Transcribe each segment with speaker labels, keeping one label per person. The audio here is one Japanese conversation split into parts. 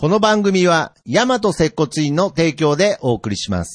Speaker 1: この番組は、大和接骨院の提供でお送りします。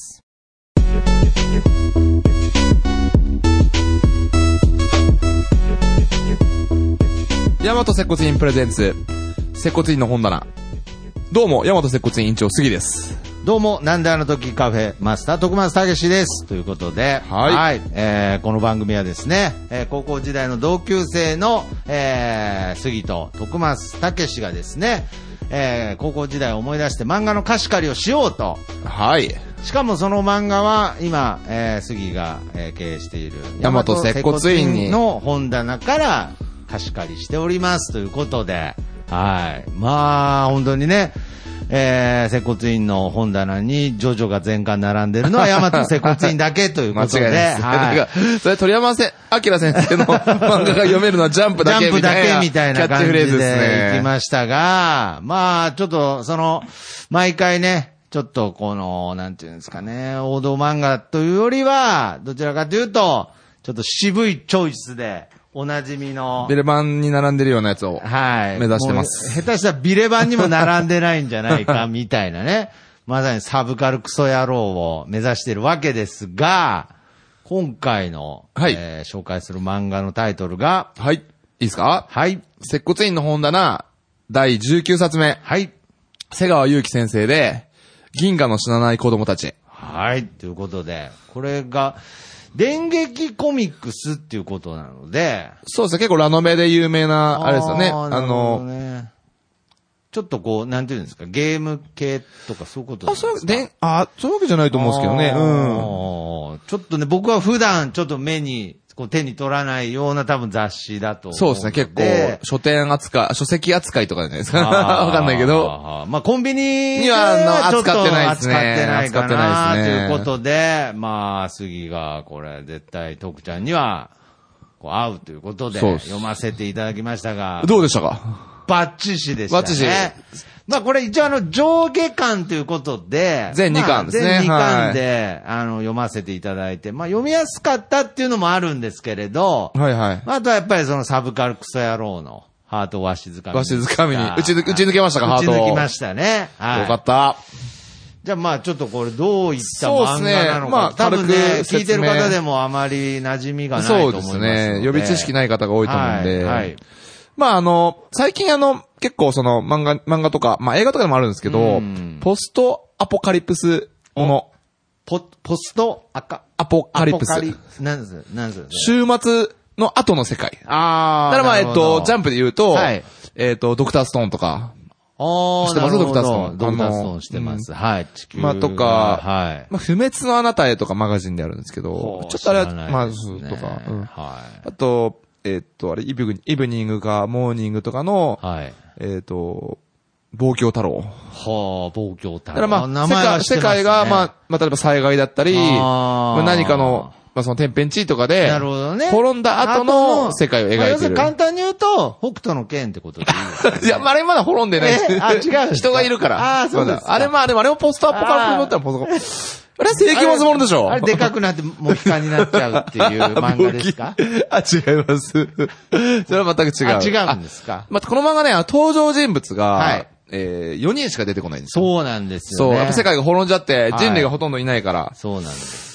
Speaker 2: 大和接骨院プレゼンツ、接骨院の本棚。どうも、大和接骨院院長杉です。
Speaker 1: どうも、なんであの時カフェマスター徳松たけしです。ということで、はい。この番組はですね、高校時代の同級生の、杉と徳松たけしがですね、高校時代を思い出して漫画の貸し借りをしようと。
Speaker 2: はい。
Speaker 1: しかもその漫画は今、杉が、経営している
Speaker 2: 大和接骨院
Speaker 1: の本棚から貸し借りしておりますということで、はい。まあ、本当にね、接骨院の本棚にジョジョが全巻並んでるのは大和接骨院だけということで。
Speaker 2: 間違いないです。はい。それ鳥山明先生の漫画が読めるのはジャンプだけみたいな。
Speaker 1: みたいな感じで行きましたが、まあ、ちょっと毎回ね、ちょっとなんていうんですかね、王道漫画というよりは、どちらかというと、ちょっと渋いチョイスで、おなじみの
Speaker 2: ビレ版に並んでるようなやつを目指してます。
Speaker 1: 下手したらビレ版にも並んでないんじゃないかみたいなね。まさにサブカルクソ野郎を目指してるわけですが、今回の、紹介する漫画のタイトルが、
Speaker 2: はい。いいですか？
Speaker 1: はい。
Speaker 2: 接骨院の本棚第19冊目。
Speaker 1: はい。
Speaker 2: 瀬川祐希先生で、銀河の死なない子供たち。
Speaker 1: はい。ということで、これが、電撃コミックスっていうことなので。
Speaker 2: そうですね。結構ラノベで有名な、あれですよね。
Speaker 1: ね、ちょっとなんていうんですか、ゲーム系とかそういうことですか？
Speaker 2: そういうわけじゃないと思うんですけどね。
Speaker 1: ちょっとね、僕は普段ちょっと手に取らないような多分雑誌だと思う。
Speaker 2: そうですね。結構、書籍扱いとかじゃないですか。わかんないけど。
Speaker 1: まあ、コンビニ
Speaker 2: には扱ってないですね。
Speaker 1: 扱ってないかなということで、まあ、杉がこれ絶対徳ちゃんには合うということで読ませていただきましたが。
Speaker 2: どうでしたか？
Speaker 1: バッチシでしたね。
Speaker 2: バッチシ。
Speaker 1: まあこれ一応上下巻ということで。
Speaker 2: 全2巻ですね。
Speaker 1: 全2巻で、読ませていただいて、まあ読みやすかったっていうのもあるんですけれど。
Speaker 2: はいはい。
Speaker 1: あとはやっぱりサブカルクソ野郎のハートをわしづかみに。
Speaker 2: わしづかみに。打ち抜けましたか、ハートを。
Speaker 1: 打ち抜きましたね。はい。
Speaker 2: よかった。
Speaker 1: じゃあまあちょっとこれどういった漫画なのか。
Speaker 2: そうですね。まあ
Speaker 1: 多分ね、聞いてる方でもあまり馴染みがないと思いますので。
Speaker 2: そうですね。予備知識ない方が多いと思うんで。
Speaker 1: はい。
Speaker 2: まあ最近結構漫画とか、まあ映画とかでもあるんですけど、ポストアポカリプスもの。
Speaker 1: ポストア
Speaker 2: ポカリプス。
Speaker 1: なんです
Speaker 2: 週末の後の世界。
Speaker 1: ああ。
Speaker 2: だからまあジャンプで言うと、ドクターストーンとか。
Speaker 1: 知
Speaker 2: ってますドクターストーン。
Speaker 1: ドクターストーンしてます。はい。地球。
Speaker 2: まあとか、はい。まあ不滅のあなたへとかマガジンであるんですけど、ちょっとあれは、まあ、とか。はい。あと、あれ、イブニングか、モーニングとかの、はい。望郷太郎。
Speaker 1: はあ、望郷太郎。
Speaker 2: だからまあ、世界が、まあ、例えば災害だったり、何かの、まあその天変地異とかで、
Speaker 1: なるほどね。
Speaker 2: 滅んだ後の世界を描いてる。
Speaker 1: 簡単に言うと、北斗の剣ってことでいいですか？
Speaker 2: いや、あれまだ滅んでない。
Speaker 1: 違う。
Speaker 2: 人がいるから。
Speaker 1: ああ、そうです。
Speaker 2: あれもポストアポカリプスに乗ったらあれは世紀末ものでしょ？
Speaker 1: あれでかくなってモヒカンになっちゃうっていう漫画ですか？
Speaker 2: 違います。それは全く違う。
Speaker 1: 違うんですか？
Speaker 2: またこの漫画ね、登場人物が、4人しか出てこないんです
Speaker 1: よ。そうなんですよね。
Speaker 2: そう、やっぱ世界が滅んじゃって、人類がほとんどいないから。
Speaker 1: そうなんです。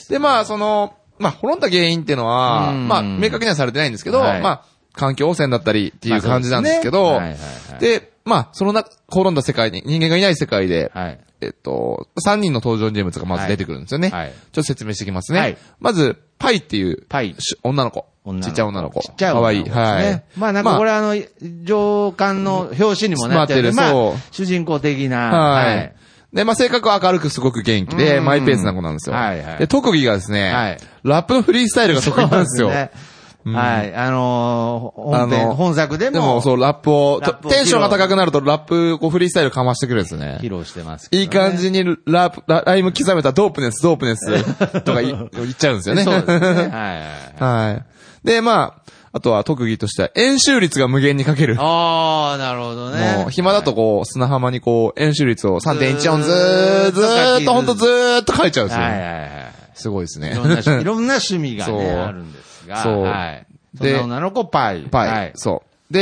Speaker 2: で、まあ滅んだ原因っていうのは、まあ、明確にはされてないんですけど、まあ、環境汚染だったりっていう感じなんですけど、で、まあ、滅んだ世界に、人間がいない世界で、3人の登場人物がまず出てくるんですよね。ちょっと説明していきますね。まず、パイっていう、女の子。ちっちゃい女の子。
Speaker 1: ちっちゃい女の子。かわいい。はい。まあなんかこれ上巻の表紙にもなってる。まあ、主人公的な。はい。
Speaker 2: で、まあ、性格は明るくすごく元気で、マイペースな子なんですよ。はいはい。で、特技がですね、ラップのフリースタイルが得意なんですよ。
Speaker 1: はい。本作でも。
Speaker 2: そう、ラップを、テンションが高くなるとラップ、フリースタイルかましてくるんですね。
Speaker 1: 披露してます。
Speaker 2: いい感じにライム刻めたドープネスとか言っちゃうんですよね。
Speaker 1: そうですね。
Speaker 2: はい。で、まあ、あとは特技としては、円周率が無限にかける。
Speaker 1: ああ、なるほどね。
Speaker 2: もう、暇だと砂浜に円周率を 3.14 ずーっとほんとずーっと書いちゃうんですよ。すごいですね。
Speaker 1: いろんな趣味がね、あるんですが。
Speaker 2: そう。
Speaker 1: はい。で、女の子パイ。
Speaker 2: そう。で、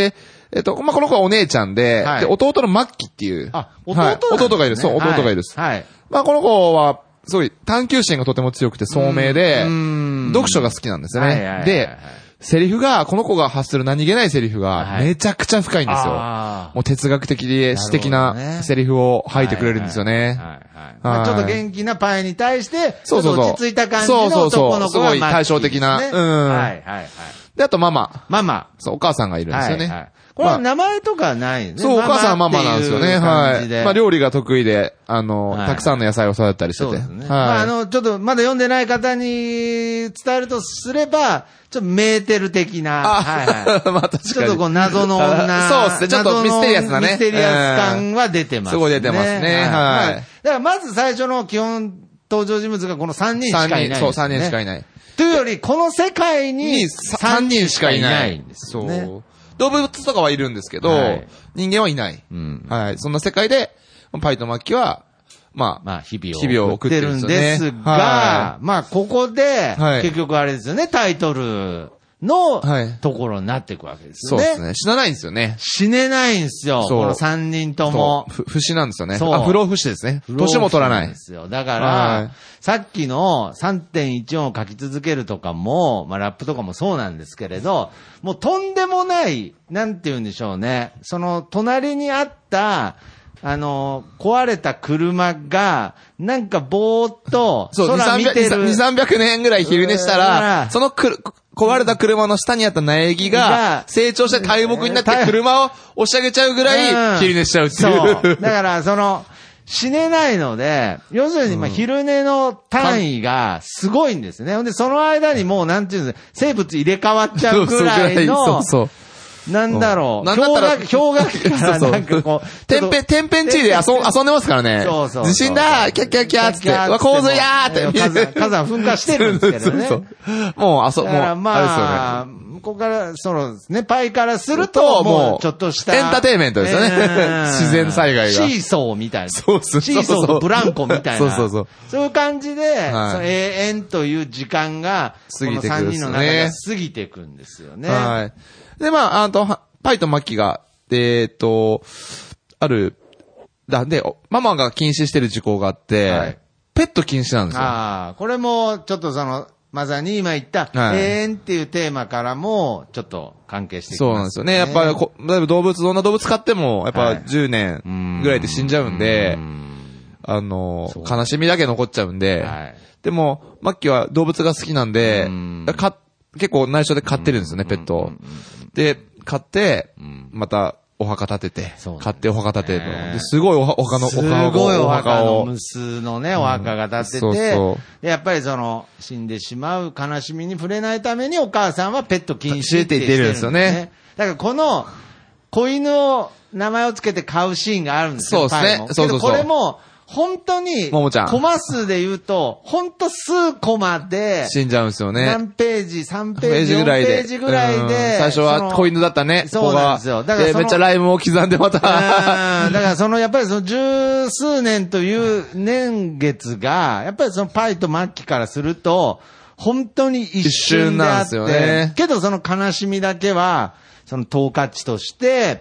Speaker 2: まあ、この子はお姉ちゃんで、で、弟のマッキーっていう。弟がいる。そう、弟がいる。はい。まあ、この子は、すごい探求心がとても強くて聡明で、読書が好きなんですよね。で、セリフが、この子が発する何気ないセリフが、めちゃくちゃ深いんですよ。もう哲学的で詩的なセリフを吐いてくれるんですよね。
Speaker 1: ちょっと元気なパイに対して、ちょっと落ち着いた感じの男の子が
Speaker 2: すごい対照的な。で、あとママ。そう、お母さんがいるんですよね。
Speaker 1: これは名前とかないね。
Speaker 2: そう、お母さんはママなんですよね。はい。まあ、料理が得意で、たくさんの野菜を育てたりしてて。そうですね。
Speaker 1: まあ、ちょっとまだ読んでない方に伝えるとすれば、ちょっとメーテル的な。
Speaker 2: まあ、確かに。
Speaker 1: ちょっとこう謎の女。
Speaker 2: そうですね。ちょっとミステリアスなね。
Speaker 1: ミステリアス感は出てますね。
Speaker 2: すごい出てますね。はい。
Speaker 1: だからまず最初の基本登場人物がこの3人しかいない。
Speaker 2: そう、3人しかいない。
Speaker 1: というより、この世界に3人しかいないんですよね。そう。
Speaker 2: 動物とかはいるんですけど、人間はいない。はい。そんな世界で、パイとマッキーは、まあ、日々を送ってるんです
Speaker 1: が、まあ、ここで、結局あれですよね、タイトルのところになっていくわけですよね。
Speaker 2: そうですね。死なないんですよね。
Speaker 1: 死ねないんですよ。この3人とも。
Speaker 2: 不死なんですよね。不老不死ですね。年も取らない。です
Speaker 1: よ。だから、さっきの 3.14 を書き続けるとかも、まあラップとかもそうなんですけれど、もうとんでもない、なんて言うんでしょうね。その隣にあった、壊れた車が、なんかぼーっと、空見てる。
Speaker 2: 2、300年ぐらい昼寝したら、その壊れた車の下にあった苗木が、成長して大木になって車を押し上げちゃうぐらい、昼寝しちゃうっていう。
Speaker 1: そう。だから、死ねないので、要するに、ま、昼寝の単位がすごいんですね。で、その間にもう、なんていうんですか、生物入れ替わっちゃうぐらいの、なんだろう。氷河期からなんかこう。
Speaker 2: 天変地異で遊んでますからね。そう。地震だキャッキャッキャーって。洪水やーって。
Speaker 1: 火山噴火してるんですけどね。
Speaker 2: もう、
Speaker 1: だからまあ、ここから、ね、パイからすると、もう、ちょっとした。
Speaker 2: エンターテイメントですよね。自然災害が。
Speaker 1: シーソーみたいな。
Speaker 2: そう。
Speaker 1: シーソーとブランコみたいな。
Speaker 2: そう。
Speaker 1: そういう感じで、永遠という時間が、この3人の中で過ぎていくんですよね。
Speaker 2: はい。で、まあ、パイとマッキーが、ママが禁止してる事項があって、ペット禁止なんですよ。
Speaker 1: これも、ちょっとまさに今言った、永遠っていうテーマからも、ちょっと関係してきます、ね。
Speaker 2: そうなんですよね。やっぱり、どんな動物飼っても、やっぱ10年ぐらいで死んじゃうんで、悲しみだけ残っちゃうんで、でも、マッキーは動物が好きなんで、結構内緒で飼ってるんですよね、ペットを。で、買って、またお墓建てて、買ってお墓建てるの。すごいお墓の、
Speaker 1: すごいお墓の無数のね、お墓が建てて、で、やっぱり死んでしまう悲しみに触れないためにお母さんはペット禁止って言ってるんですよね。だからこの、子犬を名前をつけて飼うシーンがあるんですよ。
Speaker 2: そうですね。そう。
Speaker 1: これも、本当に、コマ数で言うと、本当数コマで、
Speaker 2: 死んじゃうんですよね。
Speaker 1: 何ページ、3ページ、4ページぐらいで。
Speaker 2: 最初は子犬だったね。
Speaker 1: そうなんですよ。
Speaker 2: だからめっちゃライムを刻んでまた。だ
Speaker 1: からやっぱり十数年という年月が、やっぱりパイとマッキーからすると、本当に一瞬であって。一瞬なんですよね。けど悲しみだけは、統括地として、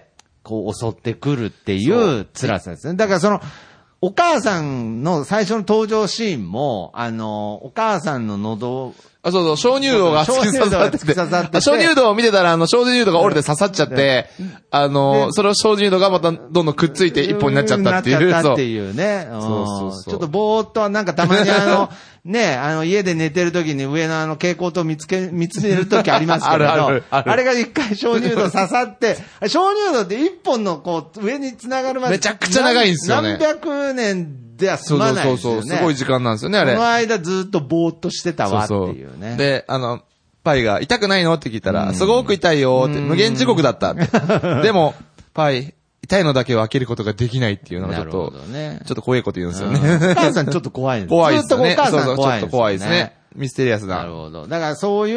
Speaker 1: 襲ってくるっていう辛さですね。だからお母さんの最初の登場シーンも、お母さんの喉、
Speaker 2: そう、鍾乳洞が突き刺さってて。鍾乳洞を見てたら、鍾乳洞が折れて刺さっちゃって、それを鍾乳洞がまたどんどんくっついて一本になっちゃったっていう。
Speaker 1: なったっていうね。そう。ちょっとぼーっとなんかたまにね、家で寝てる時に上の蛍光灯見つめる時ありますけれど、あれが一回鍾乳洞刺さって、鍾乳洞って一本の上に繋がるまで。
Speaker 2: めちゃくちゃ長いんですよね。
Speaker 1: 何百年では済まないですよね。
Speaker 2: そう、すごい時間なんですよね、あれ。
Speaker 1: この間ずっとぼーっとしてたわっていうね。
Speaker 2: で、パイが痛くないのって聞いたら、すごく痛いよって、無限地獄だったって。でも、パイ、痛いのだけを開けることができないっていうのがちょっと怖いこと言うんですよね。
Speaker 1: お母さんちょっと怖いんです。
Speaker 2: 怖いですね。
Speaker 1: お母さん怖いですね。
Speaker 2: ちょっと怖いですね。ミステリアスな。
Speaker 1: なるほど。だからそういう、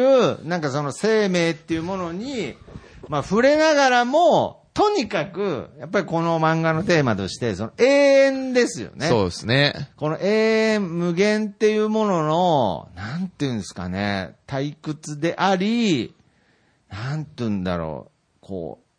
Speaker 1: なんか生命っていうものに、まあ触れながらも、とにかく、やっぱりこの漫画のテーマとして、永遠ですよね。
Speaker 2: そうですね。
Speaker 1: この永遠、無限っていうものの、なんていうんですかね、退屈であり、なんていうんだろう、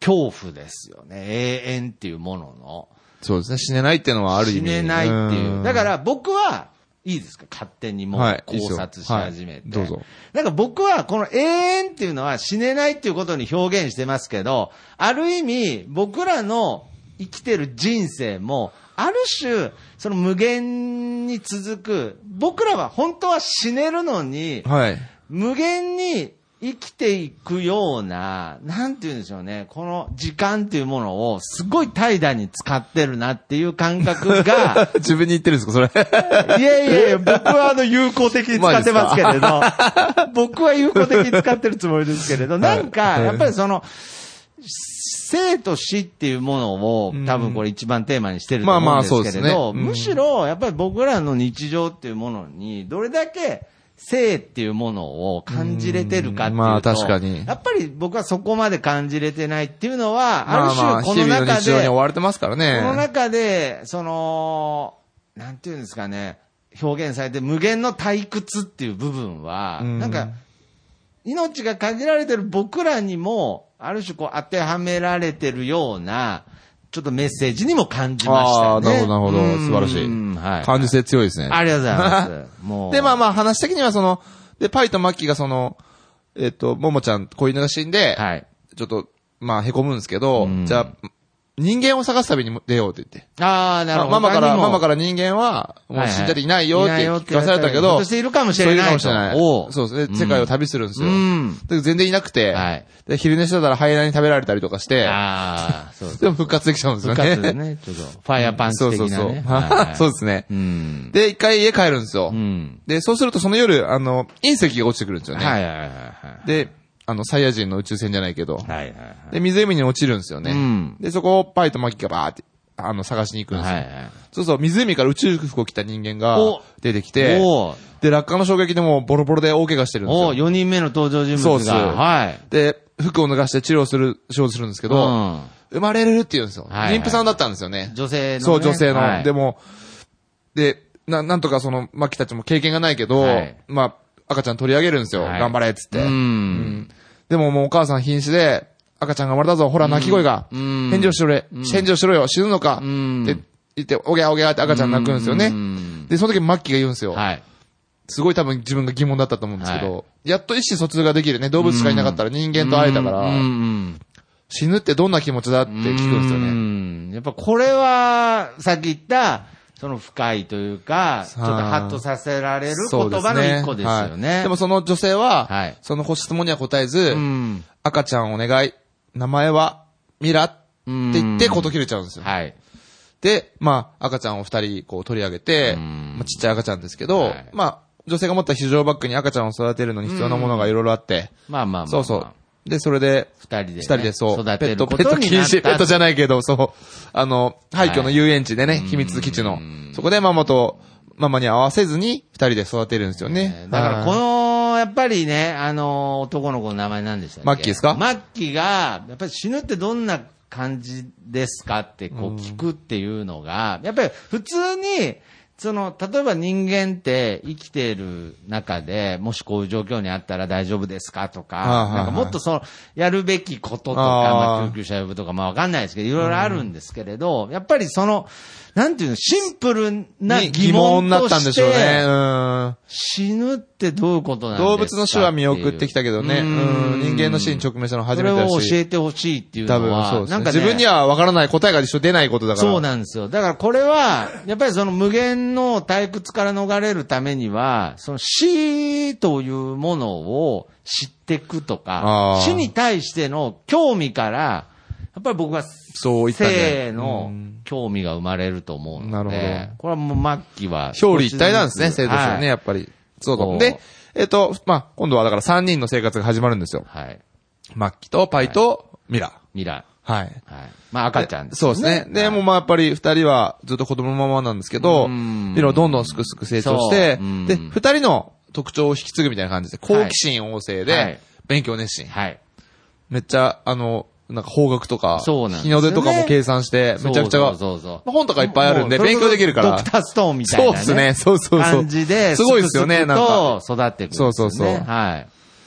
Speaker 1: 恐怖ですよね。永遠っていうものの。
Speaker 2: そうですね。死ねないっていうのはある意味。
Speaker 1: 死ねないっていう。だから僕は、いいですか？勝手にもう考察し始めて。
Speaker 2: どうぞ。
Speaker 1: なんか僕はこの永遠っていうのは死ねないっていうことに表現してますけど、ある意味僕らの生きてる人生も、ある種、その無限に続く、僕らは本当は死ねるのに、
Speaker 2: はい。
Speaker 1: 無限に生きていくような、なんて言うんでしょうね、この時間っていうものをすごい怠惰に使ってるなっていう感覚が、
Speaker 2: 自分に言ってるんですか、それ。
Speaker 1: いやいや、僕は有効的に使ってますけれど、僕は有効的に使ってるつもりですけれど、なんか、やっぱりその、生と死っていうものを多分これ一番テーマにしてると思うんですけれど、むしろやっぱり僕らの日常っていうものにどれだけ生っていうものを感じれてるかっていうと、
Speaker 2: まあ確かに。
Speaker 1: やっぱり僕はそこまで感じれてないっていうのは、ある種この中で、
Speaker 2: 日々の日常に追われてますからね。
Speaker 1: この中で、なんていうんですかね、表現されて無限の退屈っていう部分は、なんか、命が限られてる僕らにも、ある種こう当てはめられてるような、ちょっとメッセージにも感じましたね。
Speaker 2: なるほど、なるほど。素晴らしい。はい。感受性強いですね。
Speaker 1: ありがとうございます。もう。
Speaker 2: で、まあ話的にはで、パイとマッキーがももちゃん、子犬が死んで、はい。ちょっと、凹むんですけど、じゃあ、人間を探す旅に出ようって言って。
Speaker 1: ああ、なるほど。
Speaker 2: ママから人間は、もう死んじゃっていないよって聞かされたけど、
Speaker 1: そしているかもしれない。いるかもしれない。
Speaker 2: そうですね。世界を旅するんですよ。で全然いなくて、で、昼寝してたらハイエナに食べられたりとかして、そうです。でも復活できちゃうんですよね。
Speaker 1: 復活ですね。ちょっと、ファイヤーパンチ的なね。
Speaker 2: そうですね。で、一回家帰るんですよ。で、そうするとその夜、隕石が落ちてくるんですよね。で、サイヤ人の宇宙船じゃないけど。で、湖に落ちるんですよね。で、そこをパイとマキがバーって、探しに行くんですよ。そうそう、湖から宇宙服を着た人間が出てきて、で、落下の衝撃でもうボロボロで大怪我してるんですよ。
Speaker 1: 4人目の登場人物が。
Speaker 2: そうです。はい。で、服を脱がして治療するんですけど、生まれるって言うんですよ。妊婦さんだったんですよね。
Speaker 1: 女性の。
Speaker 2: そう、女性の。でも、で、なんとかマキたちも経験がないけど、赤ちゃん取り上げるんですよ。頑張れっつって。でももうお母さん瀕死で、赤ちゃんが生まれたぞ、ほら泣き声が。返事をしろよ、死ぬのか。って言って、おぎゃおぎゃって赤ちゃん泣くんですよね。で、その時マッキーが言うんですよ。すごい多分自分が疑問だったと思うんですけど、やっと意思疎通ができるね。動物しかいなかったら人間と会えたから、死ぬってどんな気持ちだって聞くんですよね。
Speaker 1: やっぱこれは、さっき言った、その深いというか、ちょっとハッとさせられる言葉の一個ですよね。
Speaker 2: でもその女性は、その質問には答えず、赤ちゃんお願い、名前はミラって言って事切れちゃうんですよ。で、赤ちゃんを2人こう取り上げて、ちっちゃい赤ちゃんですけど、女性が持った非常バッグに赤ちゃんを育てるのに必要なものがいろいろあって、そうそう。で、それで、二人でそう、ペット禁止、ペットじゃないけど、そう、廃墟の遊園地でね、秘密基地の、そこでママに合わせずに二人で育てるんですよね。
Speaker 1: だからこの、やっぱりね、男の子の名前なんでしたっけ？
Speaker 2: マッキーですか？
Speaker 1: マッキーが、やっぱり死ぬってどんな感じですかってこう聞くっていうのが、やっぱり普通に、例えば人間って生きている中で、もしこういう状況にあったら大丈夫ですかとか、なんかもっとやるべきこととか、救急車呼ぶとか、わかんないですけど、いろいろあるんですけれど、やっぱりなんていうの、シンプルな疑問として、死ぬってどういうことなんですか？
Speaker 2: 動物の死は見送ってきたけどね、人間の死に直面したの初めてだし。
Speaker 1: それを教えてほしいっていうのは、多分そうですね。
Speaker 2: なんかね、自分にはわからない答えが一緒出ないことだから。
Speaker 1: そうなんですよ。だからこれは、やっぱり無限の退屈から逃れるためには、死というものを知っていくとか、死に対しての興味から、やっぱり僕は、生の興味が生まれると思うので、なるほど。これはもう末期は。
Speaker 2: 表裏一体なんですね、生としてね、やっぱり。そうだ。で、今度はだから3人の生活が始まるんですよ。末期とパイとミラ。はい。
Speaker 1: 赤ちゃんですね。
Speaker 2: そうですね。で、もやっぱり2人はずっと子供のままなんですけど、どんどんすくすく成長して、で、2人の特徴を引き継ぐみたいな感じで、好奇心旺盛で、勉強熱心。めっちゃ、なんか方角とか、日の出とかも計算して、めちゃくちゃ、本とかいっぱいあるんで、勉強できるから。
Speaker 1: ドクターストーンみたいな。
Speaker 2: そうですね。そう。
Speaker 1: 感じで、
Speaker 2: すごいですよね、なんか。
Speaker 1: 育っていく。
Speaker 2: そう。
Speaker 1: はい。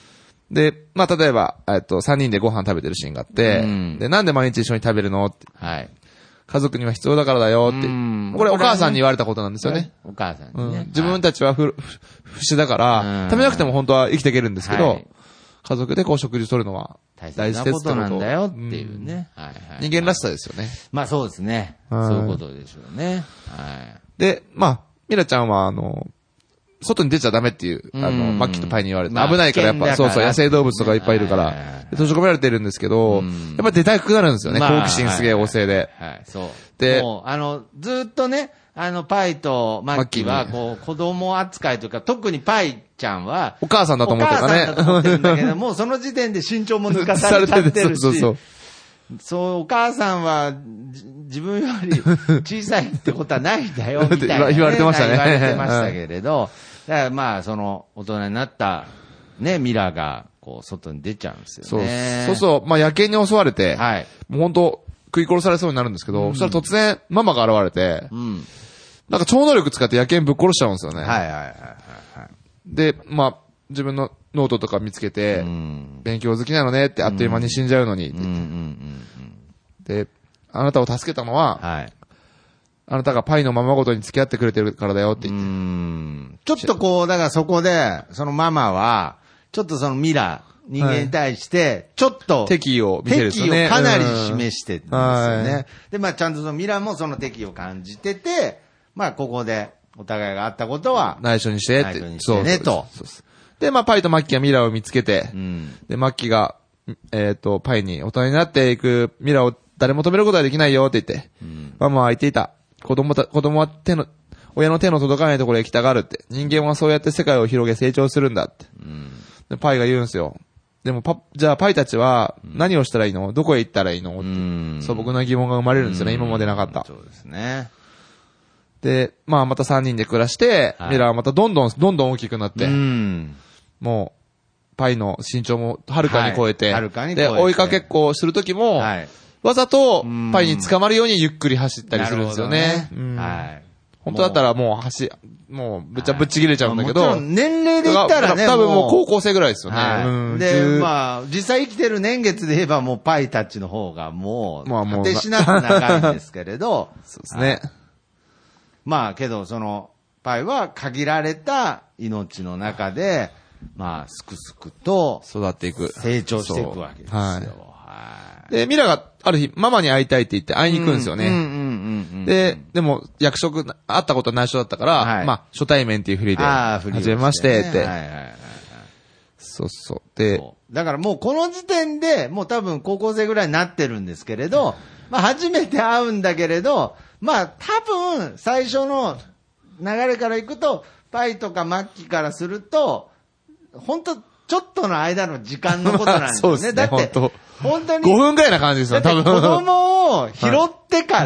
Speaker 2: で、まあ、例えば、3人でご飯食べてるシーンがあって、で、なんで毎日一緒に食べるのって。
Speaker 1: はい。
Speaker 2: 家族には必要だからだよって。これお母さんに言われたことなんですよね。
Speaker 1: お母さんにね。
Speaker 2: 自分たちは不死だから、食べなくても本当は生きていけるんですけど、家族でこう食事取るのは大事
Speaker 1: なことなんだよっていうね。
Speaker 2: 人間らしさですよね。
Speaker 1: まあそうですね。そういうことでしょうね。
Speaker 2: で、まあ、ミラちゃんは外に出ちゃダメっていう、マッキーとパイに言われて、危ないからやっぱ、そうそう、野生動物とかいっぱいいるから、閉じ込められてるんですけど、やっぱ出たくなるんですよね、好奇心すげえ旺盛で。
Speaker 1: そう。で、もう、ずっとね、パイとマッキーは、こう、子供扱いというか、特にパイちゃんは、
Speaker 2: お母さんだと思ってるかね。
Speaker 1: お母さんだと思ってるんだけど、もうその時点で身長も抜かされちゃってるし、そう、お母さんは、自分より小さいってことはないんだよ、みたいな、
Speaker 2: 言われてましたね。
Speaker 1: 言われてましたけれど、だからまあ、大人になった、ね、ミラが、こう、外に出ちゃうんですよね。
Speaker 2: そう、まあ、野犬に襲われて、もう本当食い殺されそうになるんですけど、そしたら突然、ママが現れて、なんか超能力使って野犬ぶっ殺しちゃうんですよね。で、まあ、自分のノートとか見つけて、勉強好きなのねってあっという間に死んじゃうのに、で、あなたを助けたのは、あなたがパイのままごとに付き合ってくれてるからだよって言って。
Speaker 1: ちょっとこう、だからそこで、そのママは、ちょっとそのミラ、人間に対して、ちょっと、
Speaker 2: 敵意を見せるんですよね。
Speaker 1: 敵意をかなり示してるんですよね。で、まあちゃんとそのミラもその敵意を感じてて、まあここでお互いがあったことは、
Speaker 2: 内緒にしてって。
Speaker 1: そうね、と。
Speaker 2: で、まあパイとマッキーはミラを見つけて、で、マッキーが、パイに大人になっていくミラを誰も止めることはできないよって言って、ママは言っていた。子供は親の手の届かないところへ行きたがるって。人間はそうやって世界を広げ成長するんだって。でパイが言うんですよ。でもじゃあパイたちは何をしたらいいの？どこへ行ったらいいの？って素朴な疑問が生まれるんですよね。今までなかった。
Speaker 1: そうですね。
Speaker 2: で、まあまた3人で暮らして、ミラはまたどんどん大きくなって、もう、パイの身長もはるかに超えて、で、追いかけっこをするときも、わざとパイに捕まるようにゆっくり走ったりするんですよね。本当だったらもうぶっちぎれちゃうんだけど。
Speaker 1: もちろん年齢で言ったらね。
Speaker 2: 多分もう高校生ぐらいですよね。
Speaker 1: で、まあ、実際生きてる年月で言えばもうパイたちの方がもう、果てしなく長いんですけれど。
Speaker 2: そうですね。
Speaker 1: まあ、けどパイは限られた命の中で、まあ、すくすくと
Speaker 2: 育っていく。
Speaker 1: 成長していくわけですよ。
Speaker 2: で、ミラがある日、ママに会いたいって言って会いに行くんですよね。でも、役職、会ったことは内緒だったから、まあ、初対面っていうふりで、はじめましてって。そうそう。で、
Speaker 1: だからもうこの時点で、もう多分高校生ぐらいになってるんですけれど、まあ、初めて会うんだけれど、まあ、多分、最初の流れからいくと、パイとかマッキーからすると、本当ちょっとの間の時間のことなんですよね。
Speaker 2: そうですね。だって、
Speaker 1: 本当に。
Speaker 2: 5分くらいな感じですよ、多分。
Speaker 1: 子供を拾ってから、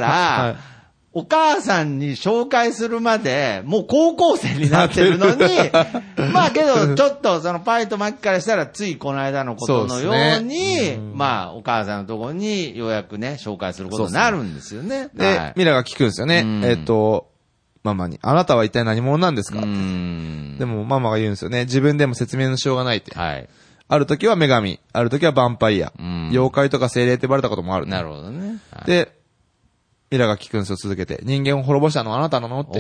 Speaker 1: お母さんに紹介するまで、もう高校生になってるのに、まあけど、ちょっとそのパイとマッキーからしたら、ついこの間のことのように、まあお母さんのところにようやくね、紹介することになるんですよね。
Speaker 2: で、ミラが聞くんですよね。ママに、あなたは一体何者なんですかって。でもママが言うんですよね。自分でも説明のしようがないって。ある時は女神、ある時はヴァンパイア、妖怪とか精霊って呼ばれたこともある。
Speaker 1: なるほどね。
Speaker 2: で、ミラが聞くんですよ、続けて。人間を滅ぼしたのはあなたなのって。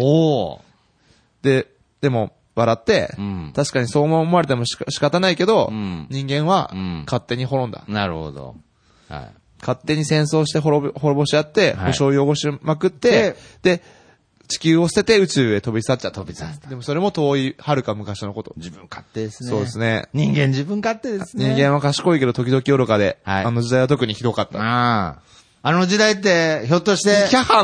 Speaker 2: でも、笑って、確かにそう思われても仕方ないけど、人間は勝手に滅んだ。
Speaker 1: なるほど。
Speaker 2: 勝手に戦争して滅ぼし合って、星を汚しまくって、で、地球を捨てて宇宙へ飛び去っちゃった。でもそれも遠い、遥か昔のこと。
Speaker 1: 自分勝手ですね。
Speaker 2: そうですね。
Speaker 1: 人間自分勝手ですね。
Speaker 2: 人間は賢いけど時々愚かで、あの時代は特にひどかった。
Speaker 1: あの時代って、ひょっとして。
Speaker 2: キャハ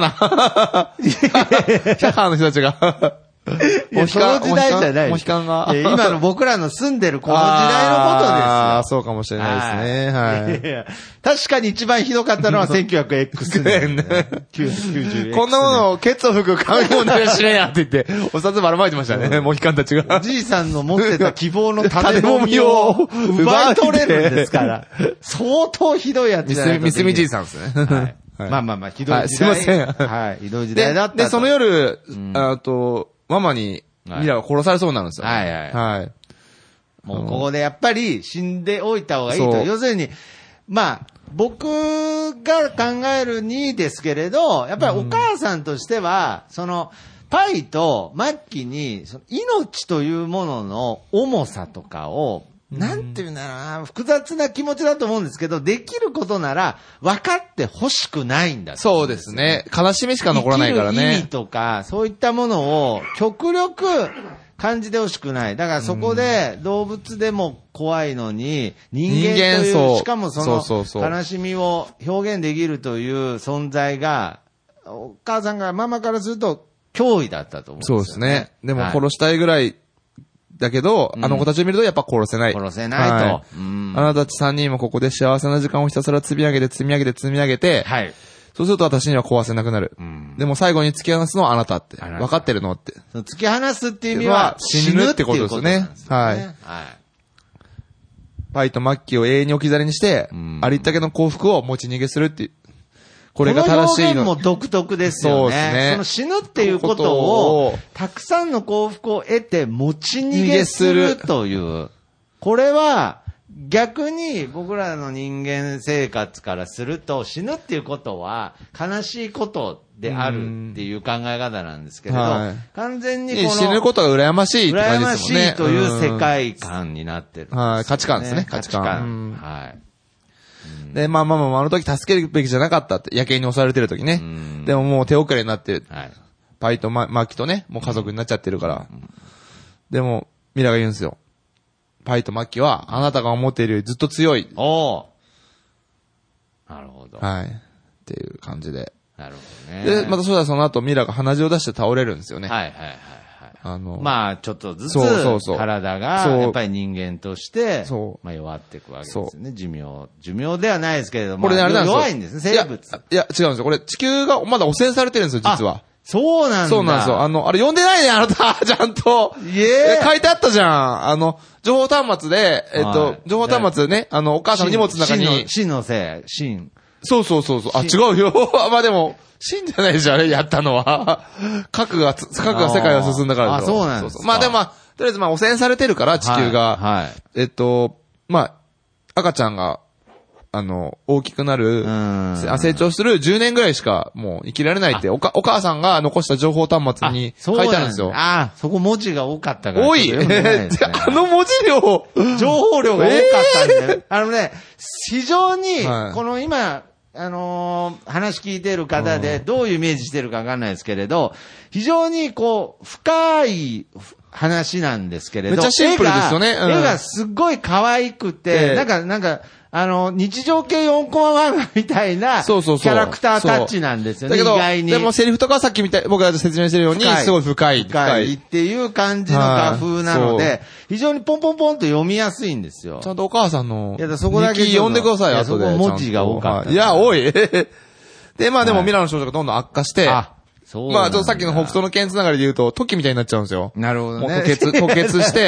Speaker 2: ーの人たちが。
Speaker 1: その時代じゃない。
Speaker 2: モヒカンが。
Speaker 1: 今の僕らの住んでるこの時代のことですよ。
Speaker 2: ああ、そうかもしれないですね。
Speaker 1: 確かに一番ひどかったのは1900X 年。90
Speaker 2: こんなものをケツを吹く紙もねしねえやって言って、お札ばらまいてましたね、モヒカンたちが。
Speaker 1: おじいさんの持ってた希望の種もみを奪い取れるんですから。相当ひどいやつじゃない
Speaker 2: ミスミじいさんですね。
Speaker 1: まあ、ひどい時代。
Speaker 2: すいません。
Speaker 1: はい、ひどい時代だった。
Speaker 2: で、その夜、ママに、ミラが殺されそうになるんですよ。はい。
Speaker 1: もうここでやっぱり死んでおいた方がいいと。要するに、まあ、僕が考えるにですけれど、やっぱりお母さんとしては、パイとマッキーに、命というものの重さとかを、なんていうんだろうな、複雑な気持ちだと思うんですけど、できることなら分かって欲しくないんだ、ね。
Speaker 2: そうですね。悲しみしか残らないからね。
Speaker 1: 生きる意味とか、そういったものを極力感じて欲しくない。だからそこで動物でも怖いのに、人間という、しかも悲しみを表現できるという存在が、お母さんがママからすると脅威だったと思うんですよね。
Speaker 2: そうですね。でも殺したいぐらい、だけど、あの子たちを見るとやっぱ殺せない。
Speaker 1: 殺せないと。はい、
Speaker 2: あなたたち3人もここで幸せな時間をひたすら積み上げて、はい。そうすると私には壊せなくなる。でも最後に突き放すのはあなたって。分かってるのって。
Speaker 1: 突き放すっていう意味は死ぬってことですね。
Speaker 2: はい。パイとマッキーを永遠に置き去りにして、ありったけの幸福を持ち逃げするっていう。これが正しいの。
Speaker 1: この表現も独特ですよね。そうですね。その死ぬっていうことを、たくさんの幸福を得て持ち逃げするという。これは、逆に僕らの人間生活からすると、死ぬっていうことは悲しいことであるっていう考え方なんですけれど、完全にこの
Speaker 2: 死ぬことが羨ましいって感じですもんね。
Speaker 1: 羨ましいという世界観になってるんですね。
Speaker 2: はい、価値観ですね、価値観。
Speaker 1: はい。
Speaker 2: で、まあ、あの時助けるべきじゃなかったって、野犬に襲われてる時ね。でももう手遅れになってる。はい、パイとマッキーとね、もう家族になっちゃってるから。でも、ミラが言うんですよ。パイとマッキーは、あなたが思っているよりずっと強い。
Speaker 1: おー。なるほど。
Speaker 2: はい。っていう感じで。
Speaker 1: なるほどね。
Speaker 2: で、またその後ミラが鼻血を出して倒れるんですよね。
Speaker 1: はいはいはい。まあ、ちょっとずつ、体が、やっぱり人間として、まあ、弱っていくわけですね。寿命ではないですけれども、
Speaker 2: これね、あれなんですよ。
Speaker 1: 弱いんですね、生物。
Speaker 2: いや、違うんですよ。これ、地球がまだ汚染されてるんですよ、実は。
Speaker 1: そうなんだ。
Speaker 2: そうなんですよ。あれ読んでないね、あなた、ちゃんと。書いてあったじゃん。情報端末で、情報端末ね、お母さんの荷物の中に。
Speaker 1: 真のせい、真。
Speaker 2: そう。あ、違うよ。まあでも、真じゃないでしょ、あれやったのは。核が世界が進んだから
Speaker 1: ですよ。あ、そうなんですか。
Speaker 2: まあでもとりあえず汚染されてるから、地球が。はい。まあ、赤ちゃんが、大きくなる、成長する10年ぐらいしかもう生きられないって、お母さんが残した情報端末に書いてあるんですよ。
Speaker 1: そこ文字が多かったから。
Speaker 2: 多い文字量
Speaker 1: 情報量が多かったんで。非常に、この今、話聞いている方でどういうイメージしてるかわかんないですけれど、非常に深い話なんですけれど、
Speaker 2: めっちゃシンプルですよね。
Speaker 1: 絵がすっごい可愛くて、なんか、日常系4コマ漫画みたいな、キャラクタータッチなんですよね、意外に。
Speaker 2: でもセリフとかはさっき僕が説明してるように、すごい深い
Speaker 1: っていう感じの画風なので、非常にポンポンポンと読みやすいんですよ。
Speaker 2: ちゃんとお母さんの、
Speaker 1: そこだけ
Speaker 2: 読んでください、後で。
Speaker 1: そこ文字が多かった。
Speaker 2: いや、多い。で、まあでもミラの少女がどんどん悪化して、まあちょっとさっきの北斗の剣つながりで言うと、時みたいになっちゃうんですよ。
Speaker 1: なるほどね。
Speaker 2: もう吐血して、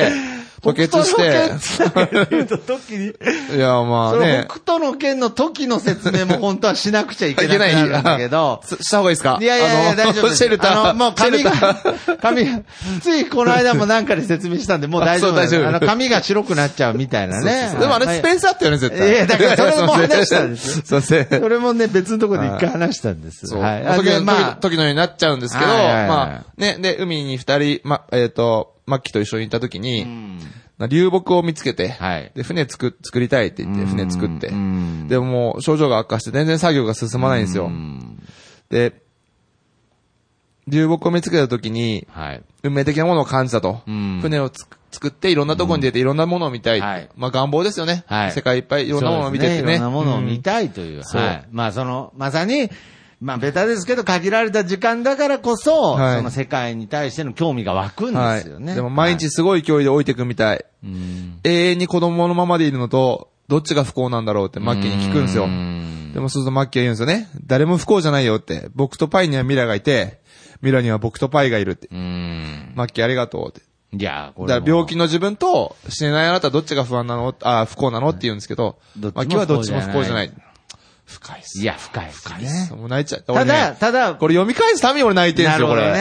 Speaker 2: いや、まあね。
Speaker 1: 北斗の剣の時の説明も本当はしなくちゃいけないんだけど。
Speaker 2: した方がいいですか？
Speaker 1: いや、大丈夫です。
Speaker 2: シェルター。
Speaker 1: もう髪が、ついこの間もなんかで説明したんで、もう大丈夫です。髪が白くなっちゃうみたいなね。
Speaker 2: でもあれスペンサーってよね、絶対。
Speaker 1: いや、だからそれも話したんです。
Speaker 2: そ
Speaker 1: れもね、別のところで一回話したんです。
Speaker 2: はい。時のようになっちゃうんですけど、まあ、ね、で、海に2人、マッキーと一緒にいた時に、流木を見つけて、で、船作りたいって言って、船作って、でももう症状が悪化して全然作業が進まないんですよ。で、流木を見つけた時に、運命的なものを感じたと。船を作っていろんなところに出ていろんなものを見たい。まあ願望ですよね。世界いっぱいいろんなものを見ててね。
Speaker 1: いろんなものを見たいという。まあまさに、まあ、ベタですけど、限られた時間だからこそ、その世界に対しての興味が湧くんですよね。
Speaker 2: でも毎日すごい勢いで置いていくみたい。永遠に子供のままでいるのと、どっちが不幸なんだろうってマッキーに聞くんですよ。でもそうするとマッキーは言うんですよね。誰も不幸じゃないよって。僕とパイにはミラがいて、ミラには僕とパイがいるって。マッキーありがとうって。
Speaker 1: いや、これ。
Speaker 2: だから病気の自分と死ねないあなたどっちが不幸なのって言うんですけど、マッキーはどっちも不幸じゃない。深いっす。
Speaker 1: いや、深いっすね。
Speaker 2: もう泣いちゃう。
Speaker 1: ただ、
Speaker 2: これ読み返すために俺泣いてるんですよ、これ。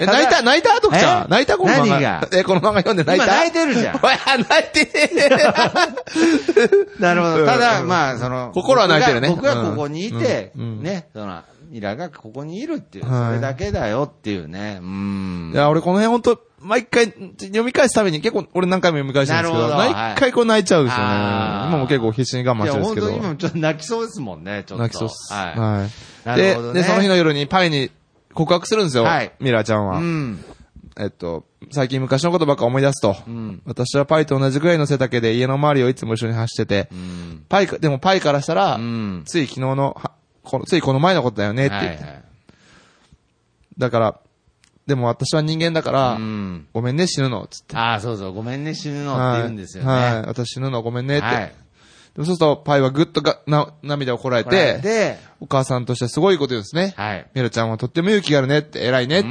Speaker 2: 泣いた徳ちゃん。泣いたこの漫画。
Speaker 1: 何が
Speaker 2: この漫画読んで泣いた
Speaker 1: 今泣いてるじゃん。
Speaker 2: 泣いてね
Speaker 1: なるほど。ただ、まあ、
Speaker 2: 心は泣いてるね。
Speaker 1: 僕がここにいて、ね、ミラがここにいるっていう、それだけだよっていうね。
Speaker 2: いや、俺この辺ほんと、毎回読み返すために結構俺何回も読み返してるんですけど、毎回こう泣いちゃうんですよね。今も結構必死に我慢してるんですけど。
Speaker 1: いや、本当今ちょっと泣きそうですもんね、ちょっと。
Speaker 2: 泣きそうっす。
Speaker 1: はい。な
Speaker 2: るほどね。で、その日の夜にパイに告白するんですよ。
Speaker 1: はい。
Speaker 2: ミラちゃんは。最近昔のことばっか思い出すと。私はパイと同じぐらいの背丈で家の周りをいつも一緒に走ってて、でもパイからしたら、ついこの前のことだよねって言って。だから、でも私は人間だから、ごめんね死ぬの、つって。
Speaker 1: ああ、そうそう、ごめんね死ぬのって言うんですよね。
Speaker 2: はい。私死ぬのごめんねって。でもそうすると、パイはぐっと涙をこらえて、お母さんとしてすごいこと言うんですね。はい。ミラちゃんはとっても勇気があるねって、偉いねって。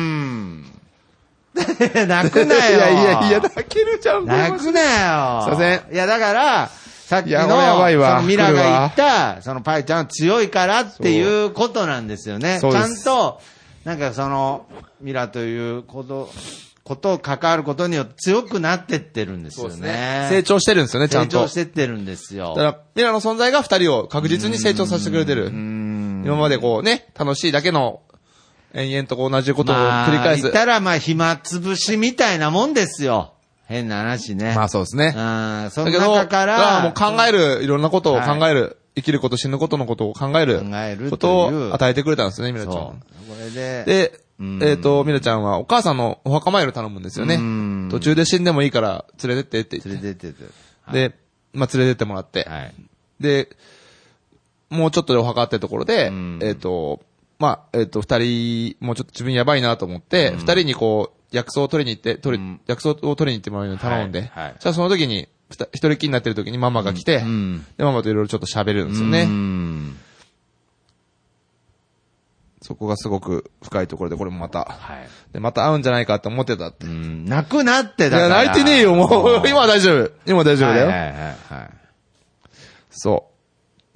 Speaker 1: 泣くなよ。
Speaker 2: いや、泣けるじゃん。
Speaker 1: 泣くなよ。
Speaker 2: すいません。
Speaker 1: いや、だから、さっきの、ミラが言った、パイちゃんは強いからっていうことなんですよね。ちゃんと、なんかミラということを関わることによって強くなってってるんですよね。
Speaker 2: 成長してるんですよね、ちゃんと。
Speaker 1: 成長してってるんですよ。
Speaker 2: だから、ミラの存在が二人を確実に成長させてくれてる。今までこうね、楽しいだけの、延々と同じことを繰り返す。
Speaker 1: 言ったら暇つぶしみたいなもんですよ。変な話ね。
Speaker 2: まあそうですね。
Speaker 1: その中から。
Speaker 2: もう考える、いろんなことを考える。生きること、死ぬことのことを考えることを与えてくれたんですね、ミラちゃん。そう。これで。ミラちゃんはお母さんのお墓参りを頼むんですよね。途中で死んでもいいから連れてってって言って。連れてって。で、連れてってもらって。で、もうちょっとでお墓ってところで、二人、もうちょっと自分やばいなと思って、二人にこう、薬草を取りに行って、薬草を取りに行ってもらうように頼んで、じゃあその時に、一人きりになってる時にママが来て、で、ママといろいろちょっと喋るんですよね。そこがすごく深いところで、これもまた、で、また会うんじゃないかって思ってたって。
Speaker 1: 泣くなってだから。
Speaker 2: いや、泣いてねえよ、もう。今は大丈夫。今は大丈夫だよ。そう。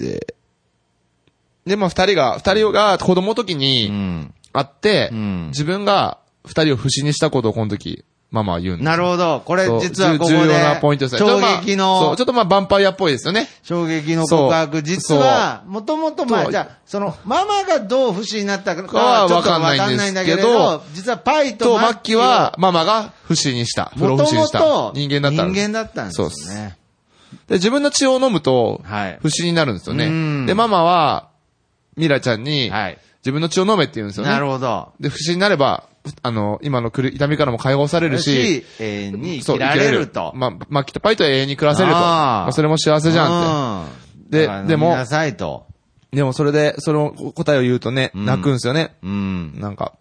Speaker 2: で、まあ二人が子供の時に会って、自分が二人を不死にしたことをこの時、ママは言うんです。
Speaker 1: なるほど。これ実はここで
Speaker 2: 重要なポイントですね。
Speaker 1: 衝撃の。
Speaker 2: そう、ちょっとヴァンパイアっぽいですよね。
Speaker 1: 衝撃の告白。実は、もともとじゃあ、ママがどう不死になったかはちょっとわかんないんだけど、実はパイとマッキーは、
Speaker 2: ママが不死にした。不老不死にした。人間だった
Speaker 1: 人間だったんですよね。そうです。
Speaker 2: で、自分の血を飲むと、不死になるんですよね。で、ママは、ミラちゃんに、自分の血を飲めって言うんですよね。
Speaker 1: なるほど。
Speaker 2: で、不死になれば、今の痛みからも解放されるし、
Speaker 1: 永遠に生きられると。
Speaker 2: マッキーとパイと永遠に暮らせると。それも幸せじゃんって。でも、でもそれで、その答えを言うとね、泣くんですよね。なんか。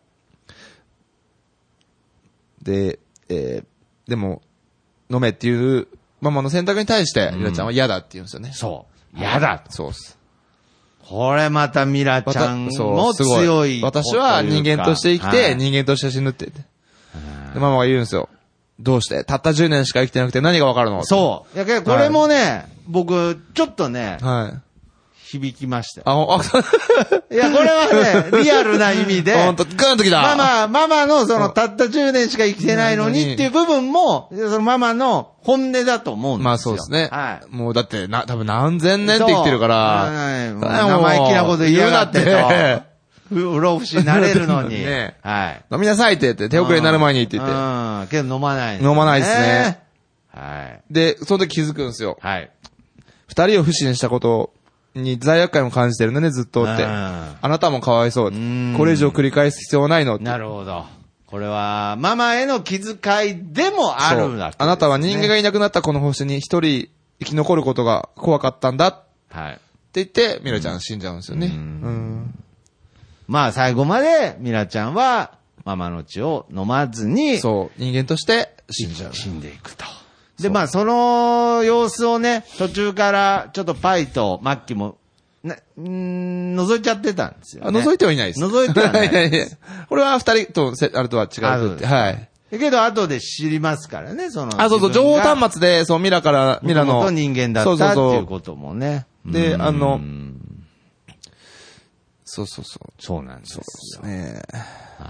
Speaker 2: で、でも、飲めっていうママの選択に対して、ミラちゃんは嫌だって言うんですよね。
Speaker 1: そう。嫌だ。
Speaker 2: そうっす。
Speaker 1: これまたミラちゃんも強い。
Speaker 2: 私は人間として生きて、人間として死ぬって言って。で、ママが言うんですよ。どうしてたった10年しか生きてなくて何がわかるの
Speaker 1: そう。いやけどこれもね、僕、ちょっとね、響きましたよ。いや、これはね、リアルな意味で。
Speaker 2: ほんと、ガンときた。
Speaker 1: ママのたった10年しか生きてないのにっていう部分も、そのママの本音だと思うんですよ。
Speaker 2: まあそうですね。はい。もうだって、多分何千年って生きてるから。
Speaker 1: 生意気なこと言うなってと。不老不死になれるのに。
Speaker 2: はい。飲みなさいって言って、手遅れになる前にって言って。
Speaker 1: けど飲まない。
Speaker 2: 飲まないですね。
Speaker 1: はい。
Speaker 2: で、その時気づくんですよ。
Speaker 1: はい。
Speaker 2: 二人を不死にしたことに罪悪感も感じてるのね、ずっとって。あなたもかわいそう。これ以上繰り返す必要はないの。
Speaker 1: なるほど。これは、ママへの気遣いでもあるんだ。
Speaker 2: あなたは人間がいなくなったこの星に一人生き残ることが怖かったんだ。はい。って言って、ミラちゃん死んじゃうんですよね。
Speaker 1: まあ最後までミラちゃんはママの血を飲まずに、
Speaker 2: そう、人間として死んじゃう。
Speaker 1: 死んでいくと。で、まあその様子をね、途中からちょっとパイとマッキーも、覗いちゃってたんですよ、ね。
Speaker 2: 覗いてはいないです。
Speaker 1: 覗いてはないです。
Speaker 2: これは二人と、あれとは違うって。はい。
Speaker 1: けど後で知りますからね、その。
Speaker 2: そうそう、情報端末で、そう、ミラの。
Speaker 1: 人間だったっていうこともね。
Speaker 2: で、そうそうそう。
Speaker 1: そうなんですよ。
Speaker 2: そうですね。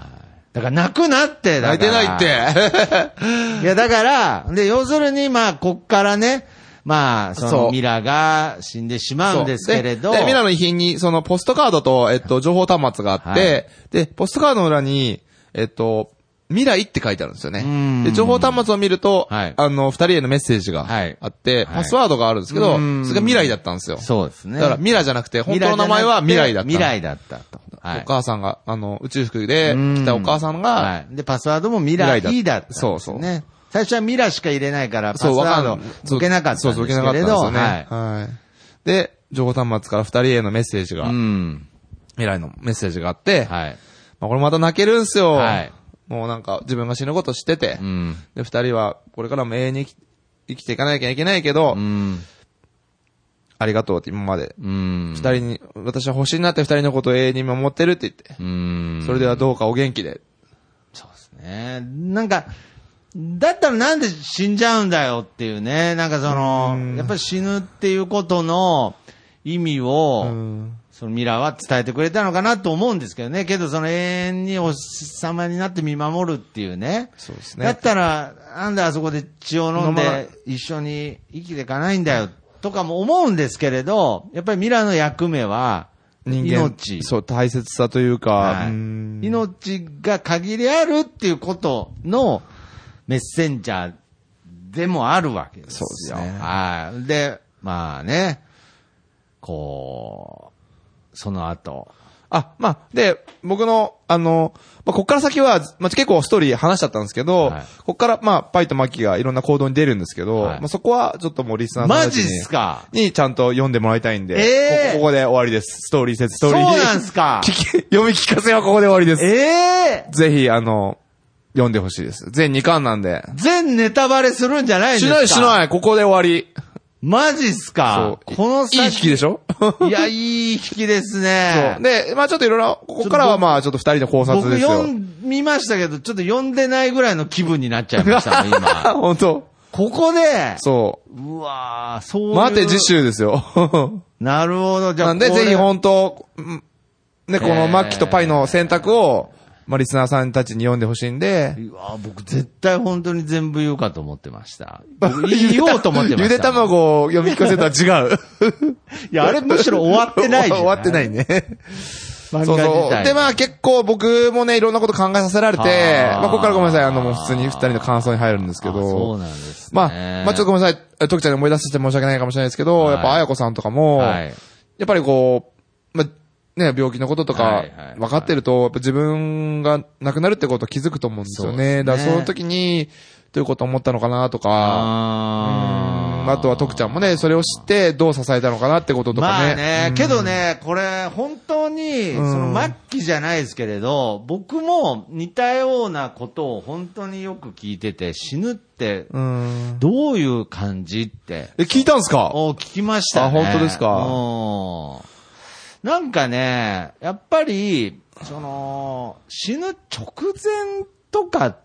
Speaker 1: だから泣くなって、
Speaker 2: 泣いてないって。
Speaker 1: いや、だから、で、要するに、まあ、こっからね、まあ、そのミラが死んでしまうんですけれど。
Speaker 2: で、ミラの遺品に、そのポストカードと、情報端末があって、はい、で、ポストカードの裏に、未来って書いてあるんですよね。で、情報端末を見ると、はい、二人へのメッセージがあって、はい、パスワードがあるんですけど、それが未来だったんですよ。
Speaker 1: そうですね。
Speaker 2: だから、ミラじゃなくて、本当の名前は未来だった。
Speaker 1: 未来だったと。
Speaker 2: はい、お母さんが、宇宙服で来たお母さんが、はい、
Speaker 1: で、パスワードも未来だったんですね。
Speaker 2: そうそう。
Speaker 1: 最初はミラしか入れないから、パスワード解けなかったんですけれど。そう、解けなかったんですよね。
Speaker 2: はい。で、情報端末から二人へのメッセージが、未来のメッセージがあって、はい。まあ、これまた泣けるんすよ。はい。もうなんか自分が死ぬこと知ってて、で、二人はこれからも永遠に生きていかなきゃいけないけど、ありがとうって今まで。二人に、私は星になって二人のことを永遠に守ってるって言って。それではどうかお元気で。
Speaker 1: そうですね。なんか、だったらなんで死んじゃうんだよっていうね。なんかその、やっぱり死ぬっていうことの意味を、そのミラーは伝えてくれたのかなと思うんですけどね。けどその永遠にお日様になって見守るっていうね。
Speaker 2: そうですね。
Speaker 1: だったら、なんであそこで血を飲んで一緒に生きていかないんだよとかも思うんですけれど、やっぱりミラーの役目は、命。
Speaker 2: そう、大切さというか、はい、
Speaker 1: 命が限りあるっていうことの、メッセンジャーでもあるわけですよ。そうですね。はい。で、まあね、こう、その後。
Speaker 2: まあ、で、僕の、こっから先は、結構ストーリー話しちゃったんですけど、はい、こっから、パイとマキがいろんな行動に出るんですけど、はい、そこはちょっともうリスナーさんたちに、
Speaker 1: マジっすか
Speaker 2: にちゃんと読んでもらいたいんで、ここで終わりです。ストーリー説、ストーリー。
Speaker 1: そうなんすか
Speaker 2: 読み聞かせはここで終わりです。ぜひ、読んでほしいです。全2巻なんで。
Speaker 1: 全ネタバレするんじゃないんですか？
Speaker 2: しない。ここで終わり。
Speaker 1: マジっすか？この先。
Speaker 2: いい引きでしょ？
Speaker 1: いや、いい引きですね。
Speaker 2: そう。で、ちょっといろいろ、ここからはちょっと2人の考察ですよ。
Speaker 1: 僕読みましたけど、ちょっと読んでないぐらいの気分になっちゃいましたね、今。
Speaker 2: 本当。
Speaker 1: ここで。
Speaker 2: そう。
Speaker 1: うわぁ、そういう。
Speaker 2: 待て、次週ですよ。
Speaker 1: なるほど、じゃあ。
Speaker 2: なんで、ぜひ本当、ね、このマッキーとパイの選択を、リスナーさんたちに読んでほしいんで。
Speaker 1: うわ僕絶対本当に全部言うかと思ってました。言おうと思ってました。
Speaker 2: ゆで卵を読み聞かせたら違う。
Speaker 1: いや、あれむしろ終わってないじゃん。
Speaker 2: 終わってないね。
Speaker 1: 漫画自体。
Speaker 2: で、結構僕もね、いろんなこと考えさせられて、ここからごめんなさい、もう普通に二人の感想に入るんですけど。
Speaker 1: そうなんですね。
Speaker 2: ちょっとごめんなさい、徳ちゃんに思い出させて申し訳ないかもしれないですけど、やっぱ、あやこさんとかも、やっぱりこう、ね、病気のこととか、分かってると、やっぱ自分が亡くなるってことを気づくと思うんですよね。だからその時に、どういうことを思ったのかなとか、あとは徳ちゃんもね、それを知ってどう支えたのかなってこととかね。
Speaker 1: けどね、これ、本当に、その末期じゃないですけれど、僕も似たようなことを本当によく聞いてて、死ぬって、どういう感じって。
Speaker 2: 聞いたんすか？
Speaker 1: 聞きましたね。
Speaker 2: 本当ですか？
Speaker 1: なんかね、やっぱり、死ぬ直前とかって、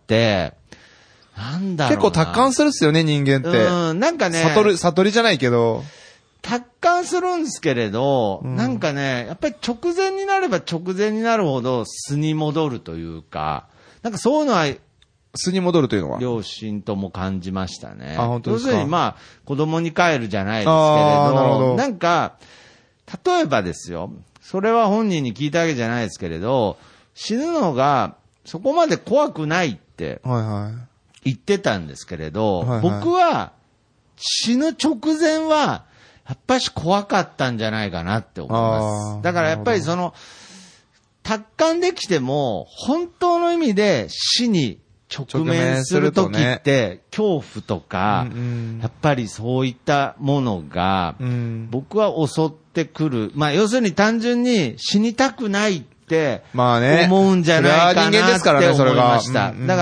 Speaker 1: なんだろうな。
Speaker 2: 結構達観するっすよね、人間って。
Speaker 1: なんかね。
Speaker 2: 悟りじゃないけど。
Speaker 1: 達観するんですけれど、なんかね、やっぱり直前になれば直前になるほど素に戻るというか、なんかそういうのは、
Speaker 2: 素に戻るというのは
Speaker 1: 両親とも感じましたね。
Speaker 2: 本当ですか？
Speaker 1: 要するに子供に帰るじゃないですけれど、なんか、例えばですよ、それは本人に聞いたわけじゃないですけれど、死ぬのがそこまで怖くないって言ってたんですけれど、僕は死ぬ直前はやっぱし怖かったんじゃないかなって思います。だからやっぱり達観できても本当の意味で死に直面するときって、恐怖とか、やっぱりそういったものが、僕は襲ってくる。要するに単純に死にたくないって思うんじゃないかなって思いました。だから、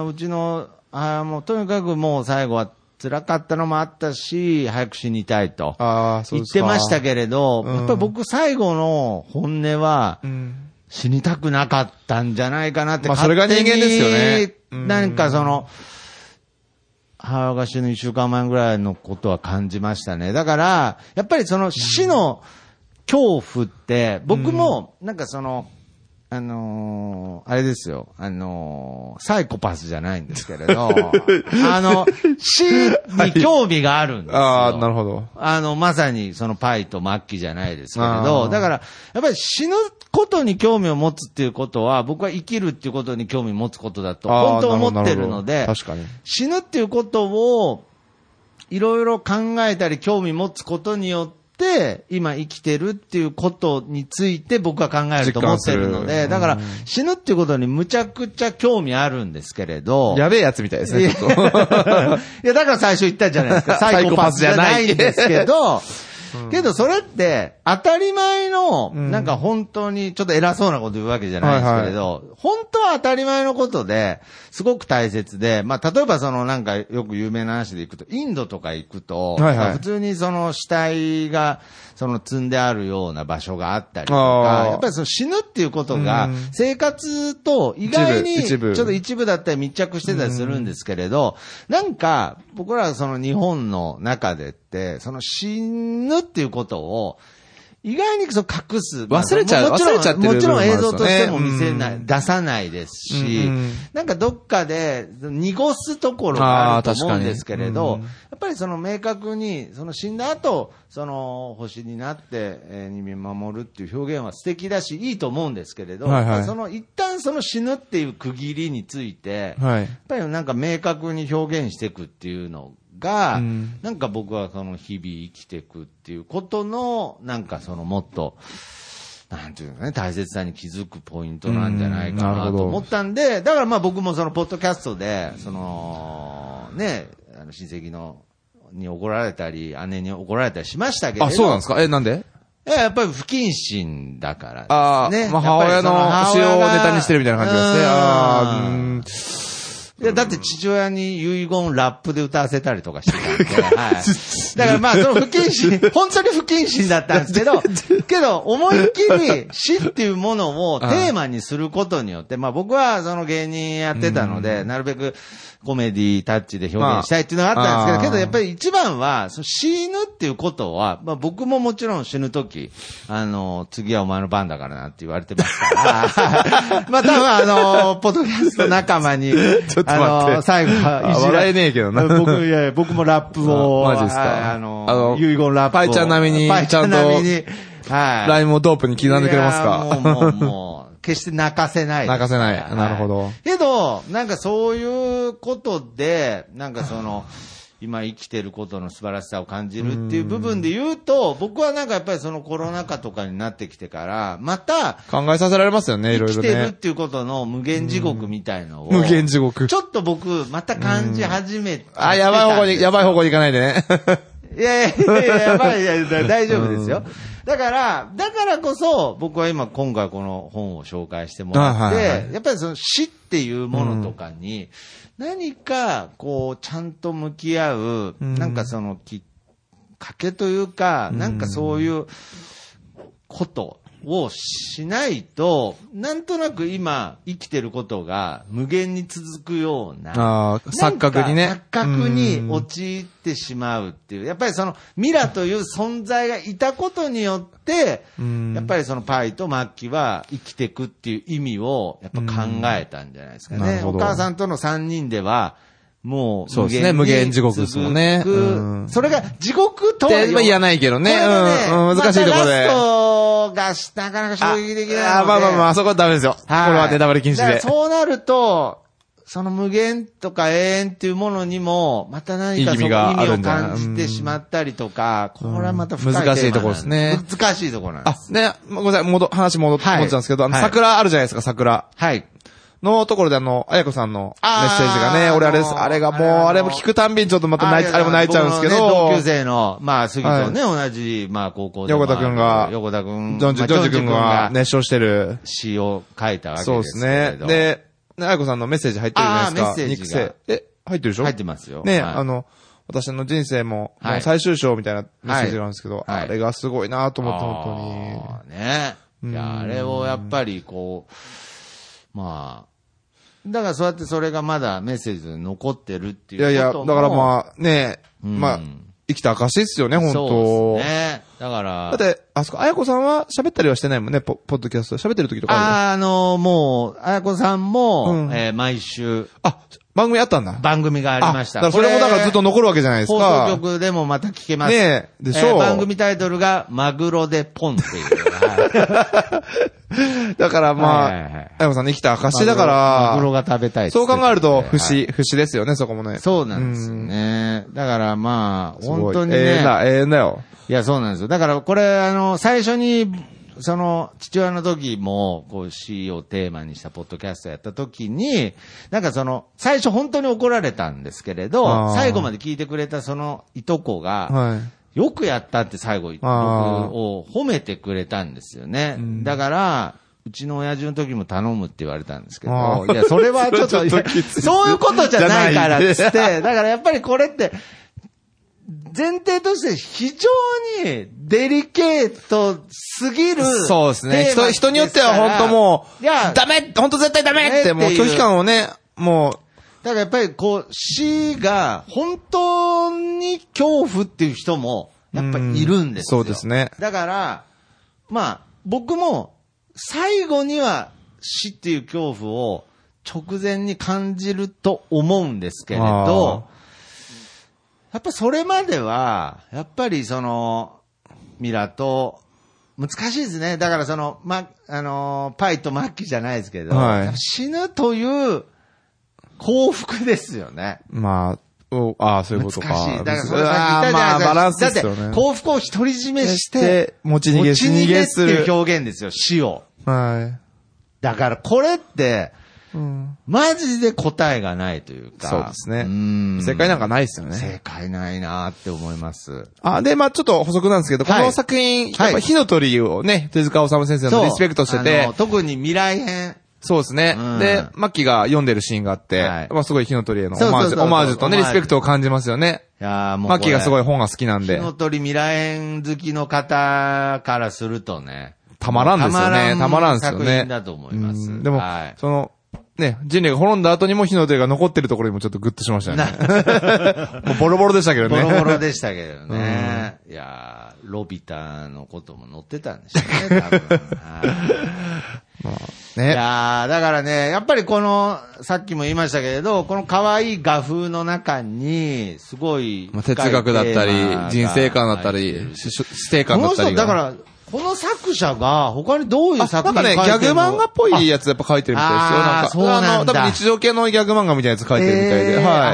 Speaker 1: うちの母もとにかくもう最後は辛かったのもあったし、早く死にたいと言ってましたけれど、やっぱり僕最後の本音は、死にたくなかったんじゃないかなって。
Speaker 2: それが人間ですよね。
Speaker 1: なんか母が死ぬ1週間前ぐらいのことは感じましたね。だから、やっぱり死の恐怖って、僕も、なんかあれですよ。サイコパスじゃないんですけれど、死に興味があるんですよ。
Speaker 2: ああ、なるほど。
Speaker 1: まさにそのパイとマッキーじゃないですけれど、だから、やっぱり死ぬことに興味を持つっていうことは、僕は生きるっていうことに興味を持つことだと、本当思ってるので、
Speaker 2: 確かに。
Speaker 1: 死ぬっていうことを、いろいろ考えたり興味持つことによって、今生きてるっていうことについて僕は考えると思ってるので、だから死ぬっていうことにむちゃくちゃ興味あるんですけれど。
Speaker 2: やべえやつみたいですね、ちょっと。
Speaker 1: いや、だから最初言ったじゃないですか。サイコパスじゃないんですけど、けどそれって当たり前の、なんか本当にちょっと偉そうなこと言うわけじゃないですけれど、本当は当たり前のことで、すごく大切で、まあ例えばそのなんかよく有名な話で行くと、インドとか行くと、普通にその死体がその積んであるような場所があったりとか、やっぱりその死ぬっていうことが生活と意外にちょっと一部だったり密着してたりするんですけれど、なんか僕らその日本の中でって、その死ぬっていうことを意外にそう隠す。
Speaker 2: 忘れちゃってる。
Speaker 1: もちろん映像としても見せない、出さないですし、なんかどっかで濁すところがあると思うんですけれど、やっぱりその明確に、その死んだ後、その星になってに見守るっていう表現は素敵だし、いいと思うんですけれど、その一旦その死ぬっていう区切りについて、やっぱりなんか明確に表現していくっていうのが、なんか僕はその日々生きていくっていうことの、なんかそのもっと、なんていうのね、大切さに気づくポイントなんじゃないかなと思ったんで、だからまあ僕もそのポッドキャストで、その、ね、親戚に怒られたり、姉に怒られたりしましたけど。
Speaker 2: あ、そうなんですか？なんで？
Speaker 1: やっぱり不謹慎だからですね。
Speaker 2: あ、まあ母親の死をネタにしてるみたいな感じですね。
Speaker 1: いや、だって父親に遺言ラップで歌わせたりとかしてたんで、はい。だからまあ、その不謹慎、本当に不謹慎だったんですけど、思いっきり死っていうものをテーマにすることによって、まあ僕はその芸人やってたので、なるべくコメディタッチで表現したいっていうのがあったんですけど、やっぱり一番は、その死ぬっていうことは、まあ僕ももちろん死ぬとき、次はお前の番だからなって言われてますから、まあ多分ポッドキャスト仲間に、最後は
Speaker 2: 笑えねえけどな。
Speaker 1: 僕もラップを、
Speaker 2: マジですか。
Speaker 1: 遺言ラップを。
Speaker 2: パイちゃん並みに、ちゃんと、ライムをドープに刻んでくれますか？
Speaker 1: もう、決して泣かせない。
Speaker 2: 泣かせない。なるほど。
Speaker 1: けど、なんかそういうことで、なんかその、今生きてることの素晴らしさを感じるっていう部分で言うと、僕はなんかやっぱりそのコロナ禍とかになってきてから、また、
Speaker 2: 考えさせられますよね、いろいろね。
Speaker 1: 生きてるっていうことの無限地獄みたいのを。
Speaker 2: 無限地獄。
Speaker 1: ちょっと僕、また感じ始めて。
Speaker 2: やばい方向に行かないでね。
Speaker 1: いや、やばい、大丈夫ですよ。だからこそ、僕は今回この本を紹介してもらって、やっぱりその死っていうものとかに、何か、こう、ちゃんと向き合う、なんかそのきっかけというか、なんかそういうことをしないと、なんとなく今生きてることが無限に続くような、
Speaker 2: 錯覚にね。
Speaker 1: 錯覚に陥ってしまうっていう。やっぱりそのミラという存在がいたことによって、やっぱりそのパイとマッキーは生きていくっていう意味をやっぱ考えたんじゃないですかね。お母さんとの3人では、もう、
Speaker 2: そうですね、無限地獄ですもんね。
Speaker 1: それが地獄とは
Speaker 2: 言わないけどね。難しいところで。
Speaker 1: ラストがなかなか衝撃的なので。
Speaker 2: まあ、そこはダメですよ。これはネタバレ禁止で。
Speaker 1: そうなると、その無限とか永遠っていうものにも、また何かその意味を感じてしまったりとか、これはまた深いテーマなんです。
Speaker 2: 難しいところですね。
Speaker 1: 難しいところなんです。
Speaker 2: ね、ごめんなさい、話戻っちゃうんですけど、桜あるじゃないですか、桜。
Speaker 1: はい。
Speaker 2: のところであやこさんのメッセージがね、俺あれがもう、あれも聞くたんびにちょっとまたあれも泣いちゃうんですけど。
Speaker 1: 同級生の、まあ、杉とね、同じ、まあ、高校で。
Speaker 2: 横田くん、ジョンジ君が熱唱してる
Speaker 1: 詩を書いたわけです。
Speaker 2: そうですね。で、あやこさんのメッセージ入ってるじゃないですか。
Speaker 1: メッセージが。
Speaker 2: 入ってるでしょ？
Speaker 1: 入ってますよ。
Speaker 2: ね、私の人生も、最終章みたいなメッセージがあるんですけど、あれがすごいなと思って、本
Speaker 1: 当に。ね。いや、あれをやっぱりこう、まあ、だからそうやってそれがまだメッセージで残ってるっていうことも。
Speaker 2: だからまあね、まあ、生きた証ですよね、本当
Speaker 1: そうですね。 だから。
Speaker 2: だって、あそこ、あやこさんは喋ったりはしてないもんね、ポッドキャスト。喋ってる時とか
Speaker 1: もう、あやこさんも、毎週。
Speaker 2: 番組あったんだ。
Speaker 1: 番組がありました。
Speaker 2: それもだからずっと残るわけじゃないですか。
Speaker 1: 放送局でもまた聞けます。
Speaker 2: ねえ、でしょう。
Speaker 1: 番組タイトルが、マグロでポンっていう。
Speaker 2: だからまあ、あやこさんに生きた証だから、
Speaker 1: マグロが食べたい。
Speaker 2: そう考えると、節ですよね、そこもね。
Speaker 1: そうなんですよね。だからまあ、本当にね。
Speaker 2: 永遠だよ。
Speaker 1: いや、そうなんですよ。だからこれ、最初に、父親の時も、死をテーマにしたポッドキャストやった時に、なんか最初本当に怒られたんですけれど、最後まで聞いてくれたいとこが、よくやったって最後、僕を褒めてくれたんですよね。だから、うちの親父の時も頼むって言われたんですけど、いや、それはちょっと、そういうことじゃないからっつって、だからやっぱりこれって、前提として非常にデリケートすぎる。
Speaker 2: そうですね。人によっては本当もう、ダメ本当絶対ダメってもう拒否感をね、もう。
Speaker 1: だからやっぱり死が本当に恐怖っていう人もやっぱりいるんですよ。
Speaker 2: そうですね。
Speaker 1: だから、まあ僕も最後には死っていう恐怖を直前に感じると思うんですけれど、やっぱそれまでは、やっぱりミラと、難しいですね。だからパイとマッキーじゃないですけど、死ぬという幸福ですよね。
Speaker 2: まあ、そういうことか。
Speaker 1: 難しい。だからそれさっき言ったじゃないですか。
Speaker 2: バランスですよね。
Speaker 1: だって幸福を独り占めして、
Speaker 2: 持ち逃げする。
Speaker 1: 持ち逃げっていう表現ですよ、死を。
Speaker 2: はい。
Speaker 1: だからこれって、マジで答えがないというか。
Speaker 2: そうですね。正解なんかないですよね。
Speaker 1: 正解ないなーって思います。
Speaker 2: で、まあちょっと補足なんですけど、この作品、やっぱ火の鳥をね、手塚治虫先生のリスペクトしてて。
Speaker 1: 特に未来編。
Speaker 2: そうですね。で、マッキーが読んでるシーンがあって、まあすごい火の鳥へのオマージュとね、リスペクトを感じますよね。いやもうマッキーがすごい本が好きなんで。
Speaker 1: 火の鳥未来編好きの方からするとね。
Speaker 2: たまらんですよね。たまらんですよね。
Speaker 1: 作品だと思います。
Speaker 2: でも、ね、人類が滅んだ後にも火の鳥が残ってるところにもちょっとグッとしましたね。もうボロボロでしたけどね。
Speaker 1: ボロボロでしたけどね。いやー、ロビタのことも載ってたんでしょうね、多分。ね、いやだからね、やっぱりさっきも言いましたけれど、この可愛い画風の中に、すごい、
Speaker 2: 哲学だったり、人生観だったり、死生観だったり。
Speaker 1: だから、この作者が他にどういう作品書いてるの？
Speaker 2: なんかね、ギャグ漫画っぽいやつやっぱ書いてるみたいですよ。なんか、
Speaker 1: そうなんだ。
Speaker 2: 多分日常系のギャグ漫画みたいなやつ書いてるみたいで。はい。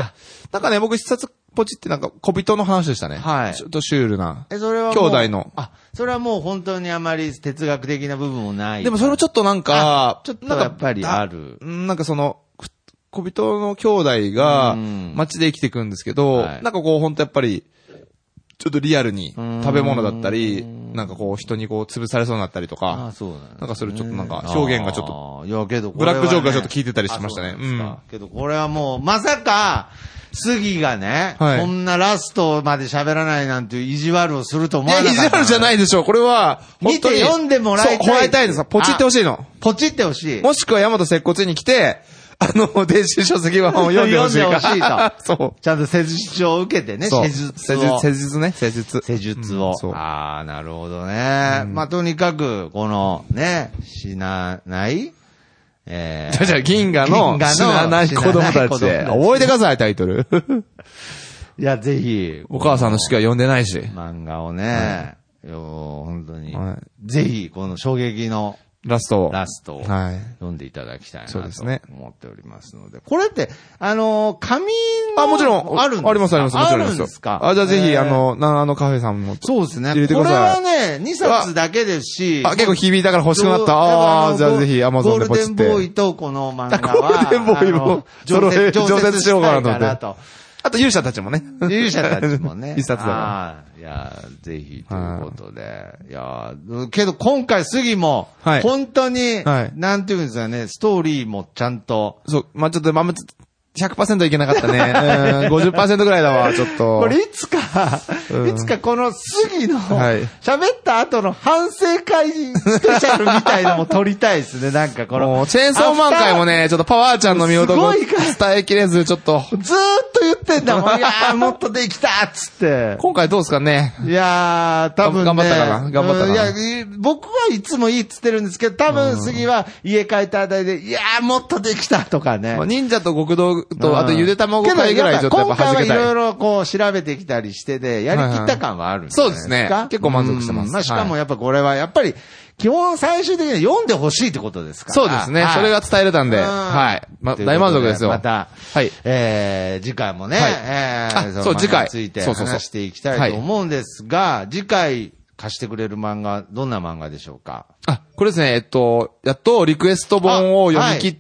Speaker 2: なんかね、僕一冊ポチってなんか小人の話でしたね。はい。ちょっとシュールな。それは兄弟の。
Speaker 1: それはもう本当にあまり哲学的な部分もない。
Speaker 2: でもそれちょっとなんか、
Speaker 1: ちょっとやっぱりある。
Speaker 2: なんか小人の兄弟が街で生きていくんですけど、なんか本当やっぱり、ちょっとリアルに食べ物だったり、なんか人に潰されそうになったりとか、なんかそれちょっとなんか表現がちょっと、いやけどブラックジョークがちょっと聞いてたりしましたね。
Speaker 1: けどこれはもう、まさか、杉がね、こんなラストまで喋らないなんていう意地悪をすると思わなかった。
Speaker 2: いや、意地悪じゃないでしょ。これは、
Speaker 1: 見て読んでもらいたい。
Speaker 2: そう、加えたいんです。ポチってほしいの。
Speaker 1: ポチってほしい。
Speaker 2: もしくは山本接骨院に来て、電子書籍版を読んでほしいか。
Speaker 1: 読んでほしいと。そう。ちゃんと施術を受けてね、施術を。
Speaker 2: 施術ね、施術。
Speaker 1: 施術を。ああ、なるほどね。まあ、とにかく、この、ね、死なない、
Speaker 2: じゃあ、銀河の死なない子供たちで。覚えてください、タイトル。
Speaker 1: いや、ぜひ。
Speaker 2: お母さんの式は読んでないし。
Speaker 1: 漫画をね、本当に。ぜひ、この衝撃の、
Speaker 2: ラストを
Speaker 1: 読んでいただきたいなと思っておりますので。これって、紙
Speaker 2: もちろん、あるんですか？あります、あります、もちろんですよ。あるんですか？じゃあぜひ、カフェさんも。
Speaker 1: そうですね。入れてください。これはね、2冊だけですし。
Speaker 2: 結構響いたから欲しくなった。じゃあぜひ、アマゾンでポチって。
Speaker 1: ゴールデンボーイとこの漫画は。
Speaker 2: ゴールデンボーイも、常設しようかなと思って。あと勇者たちもね。
Speaker 1: 勇者たちもね。
Speaker 2: 一冊だから。
Speaker 1: いや、ぜひ、ということで。いや、けど今回杉も、本当に、なんていうんですかね、ストーリーもちゃんと。
Speaker 2: そう、ちょっと、100% いけなかったね。50% ぐらいだわ、ちょっと。
Speaker 1: これいつか、 いつかこの杉の、喋った後の反省会スペシャルみたいのも撮りたいですね、なんかこの。
Speaker 2: チェーンソーマン会もね、ちょっとパワーちゃんの見事を伝えきれず、ちょっと。
Speaker 1: ずーっと言ってんだもん。いやー、もっとできたっつって。
Speaker 2: 今回どうですかね。
Speaker 1: いやー、多分ね。
Speaker 2: 頑張ったかな頑張ったかな。
Speaker 1: いや、僕はいつもいいっつってるんですけど、多分杉は家帰ったあたりで、いやー、もっとできたとかね。
Speaker 2: 忍者と極道と、あとゆで卵会ぐらいちょっとやっぱ弾けたい。
Speaker 1: 今回はいろいろこう調べてきたりしてて、やりきった感はあるんですか。
Speaker 2: そうですね。結構満足してます。
Speaker 1: まあしかもやっぱこれは、やっぱり、基本最終的には読んでほしいってことですから。
Speaker 2: そうですね。それが伝えれたんで、はい。大満足ですよ。
Speaker 1: また、
Speaker 2: はい。
Speaker 1: 次回もね、
Speaker 2: そう、次回。
Speaker 1: について話していきたいと思うんですが、次回貸してくれる漫画、どんな漫画でしょうか？
Speaker 2: これですね、やっとリクエスト本を読み切って、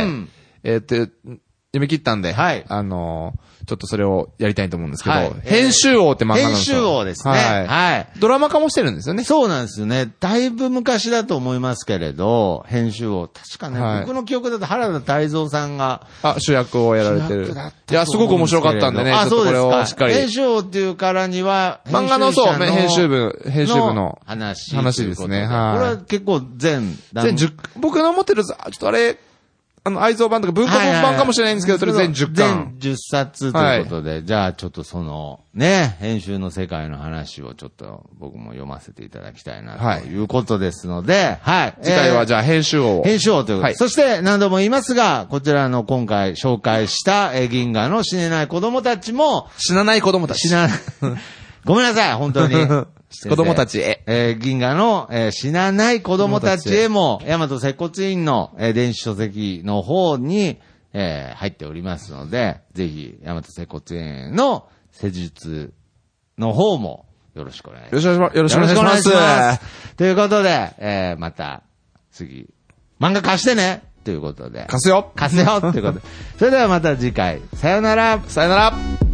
Speaker 2: 読み切ったんで、はい。ちょっとそれをやりたいと思うんですけど、編集王って漫画なんですよ。
Speaker 1: 編集王ですね。はい。
Speaker 2: ドラマ化もしてるんですよね。
Speaker 1: そうなんですよね。だいぶ昔だと思いますけれど、編集王。確かね、僕の記憶だと原田泰造さんが、
Speaker 2: 主役をやられてる。いや、すごく面白かったんでね、ちょっとこれをしっかり。
Speaker 1: 編集王っていうからには、
Speaker 2: 漫画のそう、編集部の話ですね。
Speaker 1: はい。これは結構全
Speaker 2: 僕の持ってる、ちょっとあれ、愛蔵版とか文庫版かもしれないんですけど、それ全10巻。
Speaker 1: 全10冊ということで、じゃあちょっとその、ね、編集の世界の話をちょっと僕も読ませていただきたいなということですので、はい。
Speaker 2: 次回はじゃあ編集王。
Speaker 1: 編集王ということで。そして何度も言いますが、こちらの今回紹介した銀河の死ねない子供たちも、
Speaker 2: 死なない子供たち。
Speaker 1: ごめんなさい、本当に。
Speaker 2: 子供たちへ。
Speaker 1: 銀河の、死なない子供たちへも、大和接骨院の、電子書籍の方に、入っておりますので、ぜひ、大和接骨院の施術の方もよろしくお願いします。
Speaker 2: よろしくお願いします。
Speaker 1: ということで、また、次、漫画貸してねということで。
Speaker 2: 貸すよ
Speaker 1: ということで。それではまた次回、さよなら。
Speaker 2: さよなら。